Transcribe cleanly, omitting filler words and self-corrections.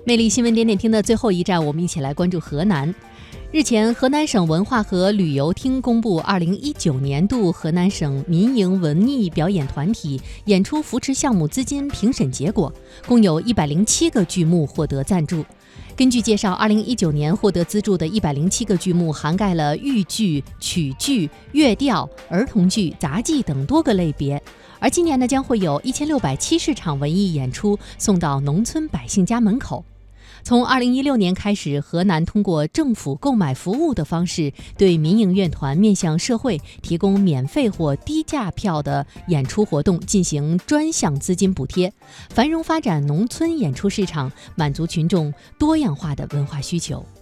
魅力新闻点点听的最后一站，我们一起来关注河南。日前，河南省文化和旅游厅公布2019年度河南省民营文艺表演团体演出扶持项目资金评审结果，共有107个剧目获得赞助。根据介绍，2019年获得资助的107个剧目涵盖了豫剧、曲剧、乐调、儿童剧、杂技等多个类别。而今年呢，将会有1670场文艺演出送到农村百姓家门口。从2016年开始，河南通过政府购买服务的方式，对民营乐团面向社会提供免费或低价票的演出活动进行专项资金补贴，繁荣发展农村演出市场，满足群众多样化的文化需求。